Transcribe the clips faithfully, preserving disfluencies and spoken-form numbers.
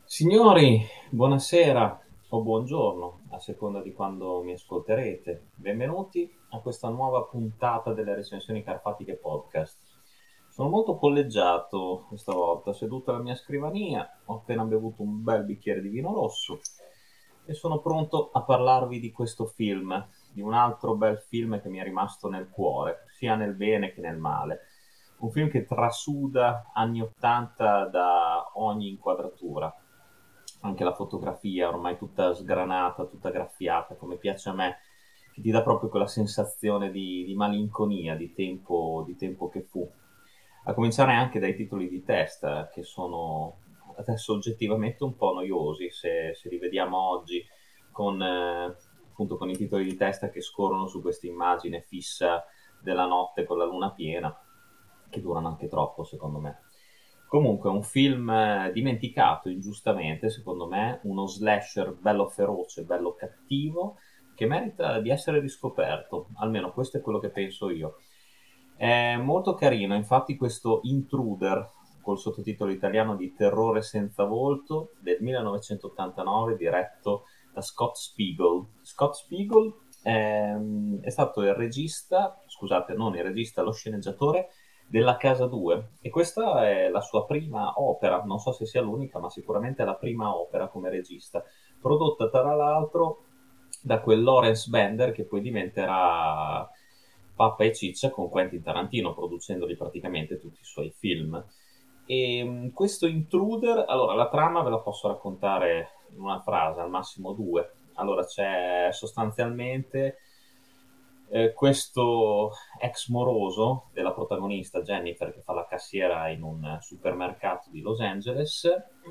Signori, buonasera o buongiorno, a seconda di quando mi ascolterete. Benvenuti a questa nuova puntata delle recensioni carpatiche podcast. Sono molto polleggiato questa volta, seduto alla mia scrivania, ho appena bevuto un bel bicchiere di vino rosso e sono pronto a parlarvi di questo film, di un altro bel film che mi è rimasto nel cuore, sia nel bene che nel male. Un film che trasuda anni ottanta da ogni inquadratura, anche la fotografia ormai tutta sgranata, tutta graffiata, come piace a me, che ti dà proprio quella sensazione di, di malinconia, di tempo, di tempo che fu. A cominciare anche dai titoli di testa, che sono adesso oggettivamente un po' noiosi, se, se li vediamo oggi con, eh, appunto, con i titoli di testa che scorrono su questa immagine fissa della notte con la luna piena, che durano anche troppo secondo me. Comunque, un film eh, dimenticato ingiustamente, secondo me, uno slasher bello feroce, bello cattivo, che merita di essere riscoperto, almeno questo è quello che penso io. È molto carino, infatti, questo Intruder, col sottotitolo italiano di Terrore senza volto, del millenovecentottantanove, diretto da Scott Spiegel. Scott Spiegel ehm, è stato il regista, scusate, non il regista, lo sceneggiatore della Casa due, e questa è la sua prima opera, non so se sia l'unica, ma sicuramente è la prima opera come regista, prodotta tra l'altro da quel Lawrence Bender che poi diventerà pappa e ciccia con Quentin Tarantino, producendogli praticamente tutti i suoi film. E mh, questo Intruder, allora la trama ve la posso raccontare in una frase, al massimo due. Allora c'è sostanzialmente eh, questo ex moroso della protagonista Jennifer, che fa la cassiera in un supermercato di Los Angeles,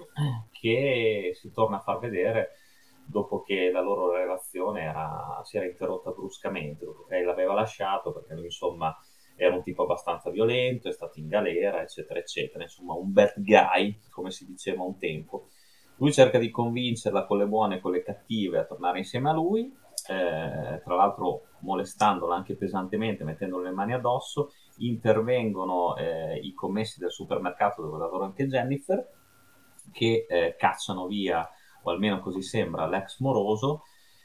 che si torna a far vedere dopo che la loro relazione era, si era interrotta bruscamente, dopo che lei l'aveva lasciato, perché lui insomma era un tipo abbastanza violento, è stato in galera, eccetera, eccetera, insomma un bad guy, come si diceva un tempo. Lui cerca di convincerla con le buone e con le cattive a tornare insieme a lui, eh, tra l'altro molestandola anche pesantemente, mettendole le mani addosso. Intervengono eh, i commessi del supermercato dove lavora anche Jennifer, che eh, cacciano via, o almeno così sembra, l'ex moroso.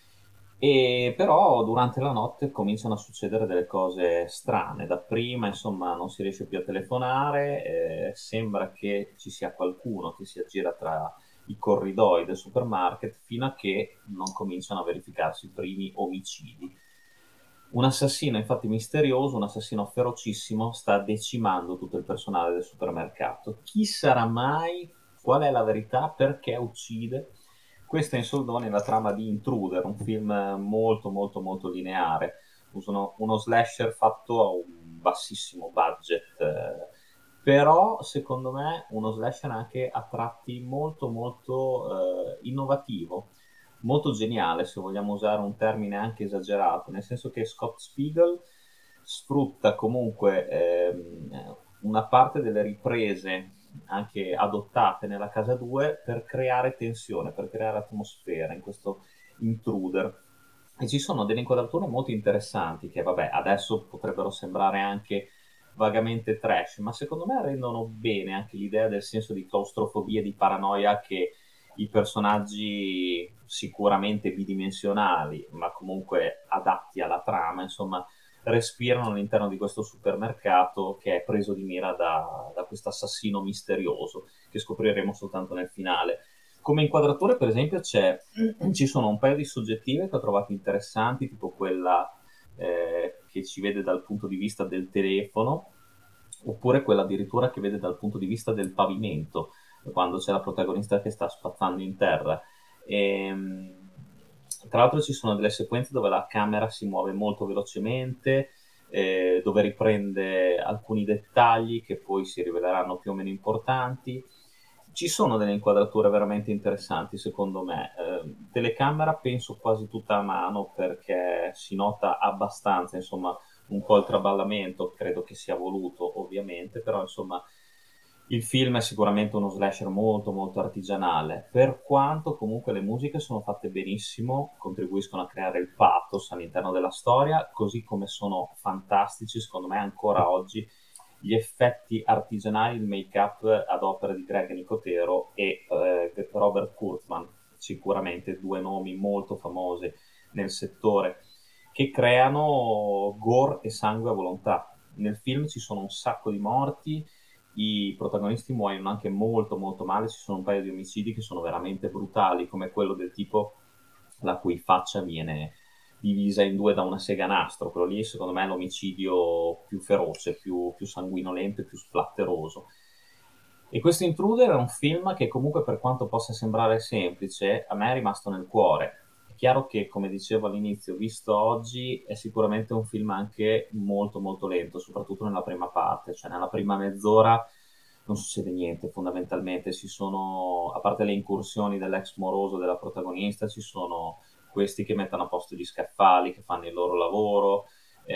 E però durante la notte cominciano a succedere delle cose strane. Dapprima, insomma, non si riesce più a telefonare, eh, sembra che ci sia qualcuno che si aggira tra i corridoi del supermarket fino a che non cominciano a verificarsi i primi omicidi. Un assassino, infatti misterioso, un assassino ferocissimo, sta decimando tutto il personale del supermercato. Chi sarà mai? Qual è la verità? Perché uccide? Questa è in soldoni la trama di Intruder, un film molto molto molto lineare. Usano uno slasher fatto a un bassissimo budget, eh, però secondo me uno slasher anche a tratti molto molto eh, innovativo, molto geniale, se vogliamo usare un termine anche esagerato, nel senso che Scott Spiegel sfrutta comunque ehm, una parte delle riprese anche adottate nella casa due per creare tensione, per creare atmosfera in questo Intruder. E ci sono delle inquadrature molto interessanti che, vabbè, adesso potrebbero sembrare anche vagamente trash, ma secondo me rendono bene anche l'idea del senso di claustrofobia e di paranoia che i personaggi sicuramente bidimensionali, ma comunque adatti alla trama, insomma, respirano all'interno di questo supermercato che è preso di mira da, da questo assassino misterioso che scopriremo soltanto nel finale. Come inquadrature, per esempio, c'è, ci sono un paio di soggettive che ho trovato interessanti, tipo quella eh, che ci vede dal punto di vista del telefono, oppure quella addirittura che vede dal punto di vista del pavimento, quando c'è la protagonista che sta spazzando in terra. E, tra l'altro ci sono delle sequenze dove la camera si muove molto velocemente, eh, dove riprende alcuni dettagli che poi si riveleranno più o meno importanti. Ci sono delle inquadrature veramente interessanti, secondo me. Eh, telecamera penso quasi tutta a mano perché si nota abbastanza, insomma, un po' il traballamento, credo che sia voluto, ovviamente, però insomma il film è sicuramente uno slasher molto molto artigianale, per quanto comunque le musiche sono fatte benissimo, contribuiscono a creare il pathos all'interno della storia, così come sono fantastici, secondo me ancora oggi, gli effetti artigianali, il make-up ad opera di Greg Nicotero e eh, Robert Kurtzman, sicuramente due nomi molto famosi nel settore, che creano gore e sangue a volontà. Nel film ci sono un sacco di morti, i protagonisti muoiono anche molto molto male, ci sono un paio di omicidi che sono veramente brutali, come quello del tipo la cui faccia viene divisa in due da una sega nastro. Quello lì secondo me è l'omicidio più feroce, più, più sanguinolento e più splatteroso. E questo Intruder è un film che comunque, per quanto possa sembrare semplice, a me è rimasto nel cuore. È chiaro che, come dicevo all'inizio, visto oggi, è sicuramente un film anche molto molto lento, soprattutto nella prima parte, cioè nella prima mezz'ora non succede niente fondamentalmente. Ci sono, a parte le incursioni dell'ex moroso della protagonista, ci sono questi che mettono a posto gli scaffali, che fanno il loro lavoro,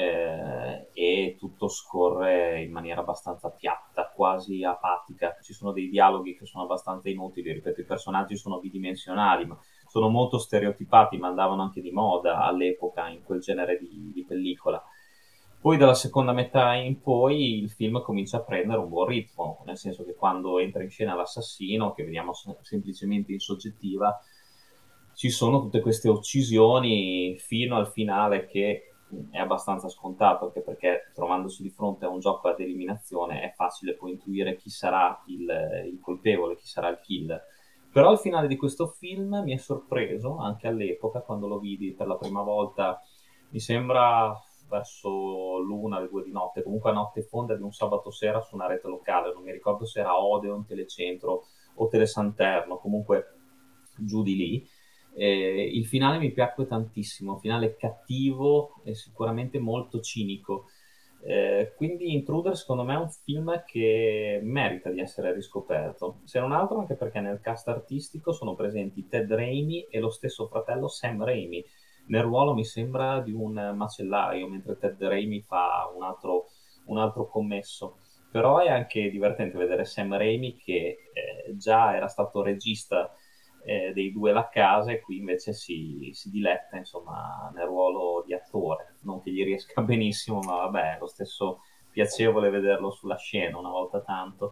eh, e tutto scorre in maniera abbastanza piatta, quasi apatica. Ci sono dei dialoghi che sono abbastanza inutili, ripeto, i personaggi sono bidimensionali, ma sono molto stereotipati, ma andavano anche di moda all'epoca in quel genere di, di pellicola. Poi dalla seconda metà in poi il film comincia a prendere un buon ritmo, nel senso che quando entra in scena l'assassino, che vediamo semplicemente in soggettiva, ci sono tutte queste uccisioni fino al finale, che è abbastanza scontato, anche perché trovandosi di fronte a un gioco ad eliminazione è facile poi intuire chi sarà il, il colpevole, chi sarà il killer. Però il finale di questo film mi è sorpreso anche all'epoca, quando lo vidi per la prima volta, mi sembra verso l'una, le due di notte, comunque a notte fonda di un sabato sera su una rete locale, non mi ricordo se era Odeon, Telecentro o Telesanterno, comunque giù di lì. Eh, il finale mi piacque tantissimo, un finale cattivo e sicuramente molto cinico. Eh, quindi Intruder secondo me è un film che merita di essere riscoperto, se non altro anche perché nel cast artistico sono presenti Ted Raimi e lo stesso fratello Sam Raimi, nel ruolo mi sembra di un macellario, mentre Ted Raimi fa un altro, un altro commesso. Però è anche divertente vedere Sam Raimi, che eh, già era stato regista eh, dei due La Casa, e qui invece si, si diletta insomma nel ruolo di attore. Non che gli riesca benissimo, ma vabbè, è lo stesso piacevole vederlo sulla scena una volta tanto.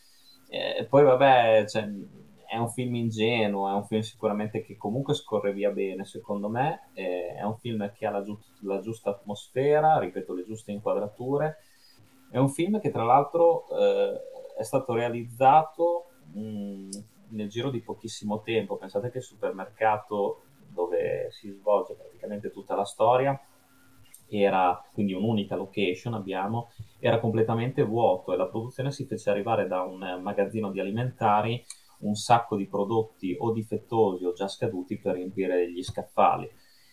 E poi vabbè, cioè, è un film ingenuo, è un film sicuramente che comunque scorre via bene, secondo me. Eh, è un film che ha la, giu- la giusta atmosfera, ripeto, le giuste inquadrature. È un film che tra l'altro eh, è stato realizzato mh, nel giro di pochissimo tempo. Pensate che il supermercato dove si svolge praticamente tutta la storia era, quindi un'unica location abbiamo, era completamente vuoto, e la produzione si fece arrivare da un eh, magazzino di alimentari un sacco di prodotti o difettosi o già scaduti per riempire gli scaffali.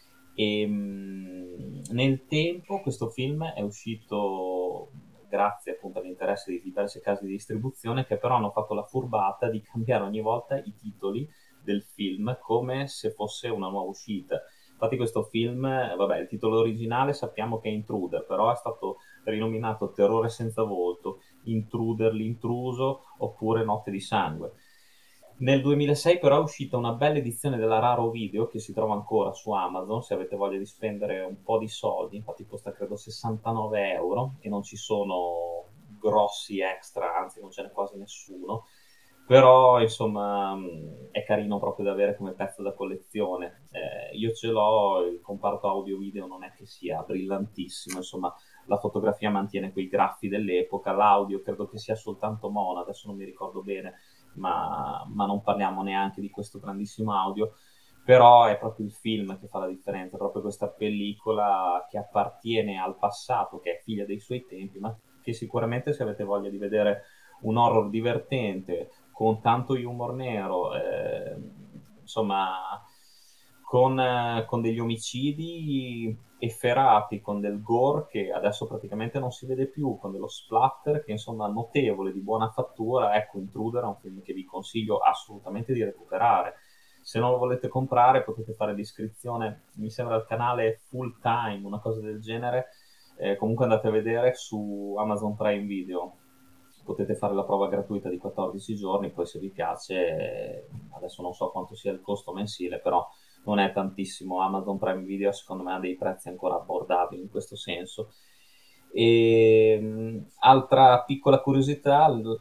E mh, nel tempo questo film è uscito grazie appunto all'interesse di diverse case di distribuzione, che però hanno fatto la furbata di cambiare ogni volta i titoli del film come se fosse una nuova uscita. Infatti questo film, vabbè, il titolo originale sappiamo che è Intruder, però è stato rinominato Terrore senza volto, Intruder, l'intruso, oppure Notte di sangue. Nel duemilasei però è uscita una bella edizione della Raro Video, che si trova ancora su Amazon se avete voglia di spendere un po' di soldi, infatti costa credo sessantanove euro e non ci sono grossi extra, anzi non ce n'è quasi nessuno, però insomma mh, è carino proprio da avere come pezzo da collezione. Eh, io ce l'ho, il comparto audio-video non è che sia brillantissimo, insomma la fotografia mantiene quei graffi dell'epoca, l'audio credo che sia soltanto mono, adesso non mi ricordo bene, ma, ma non parliamo neanche di questo grandissimo audio. Però è proprio il film che fa la differenza, proprio questa pellicola che appartiene al passato, che è figlia dei suoi tempi, ma che sicuramente, se avete voglia di vedere un horror divertente, con tanto humor nero, eh, insomma, con, eh, con degli omicidi efferati, con del gore che adesso praticamente non si vede più, con dello splatter che insomma notevole, di buona fattura. Ecco, Intruder è un film che vi consiglio assolutamente di recuperare. Se non lo volete comprare potete fare l'iscrizione, mi sembra al canale Full Time, una cosa del genere. Eh, comunque andate a vedere su Amazon Prime Video, potete fare la prova gratuita di quattordici giorni, poi se vi piace, eh, adesso non so quanto sia il costo mensile, però non è tantissimo. Amazon Prime Video secondo me ha dei prezzi ancora abbordabili in questo senso. E, mh, altra piccola curiosità,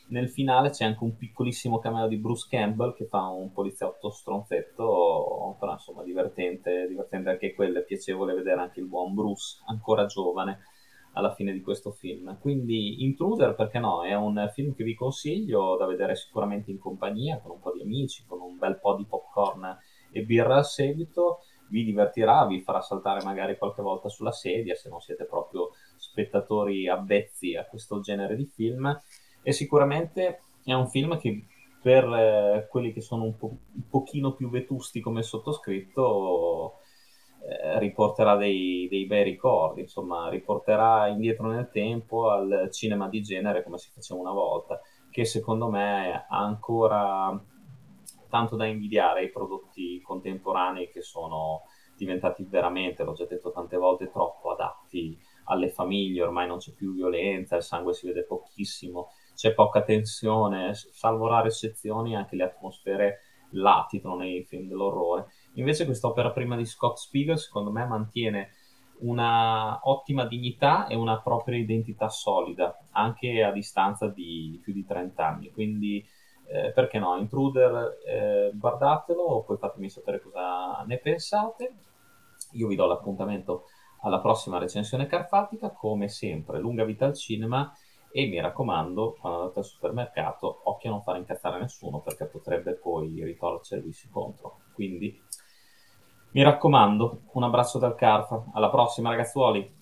nel finale c'è anche un piccolissimo cameo di Bruce Campbell che fa un poliziotto stronzetto, però insomma divertente, divertente anche quello, è piacevole vedere anche il buon Bruce, ancora giovane, alla fine di questo film. Quindi Intruder, perché no, è un film che vi consiglio da vedere sicuramente in compagnia, con un po' di amici, con un bel po' di popcorn e birra al seguito. Vi divertirà, vi farà saltare magari qualche volta sulla sedia se non siete proprio spettatori avvezzi a questo genere di film, e sicuramente è un film che per eh, quelli che sono un, po- un pochino più vetusti come il sottoscritto eh, riporterà dei, dei bei ricordi, insomma riporterà indietro nel tempo al cinema di genere come si faceva una volta, che secondo me ha ancora tanto da invidiare ai prodotti contemporanei che sono diventati veramente, l'ho già detto tante volte, troppo adatti alle famiglie. Ormai non c'è più violenza, il sangue si vede pochissimo, c'è poca tensione, salvo rare eccezioni anche le atmosfere latitano nei film dell'orrore. Invece quest'opera prima di Scott Spiegel secondo me mantiene una ottima dignità e una propria identità solida, anche a distanza di più di trenta anni. Quindi eh, perché no, Intruder, eh, guardatelo, poi fatemi sapere cosa ne pensate. Io vi do l'appuntamento alla prossima recensione carfatica, come sempre, lunga vita al cinema, e mi raccomando, quando andate al supermercato, occhio a non far incazzare nessuno perché potrebbe poi ritorcervisi contro. Quindi mi raccomando, un abbraccio dal Carfa, alla prossima ragazzuoli!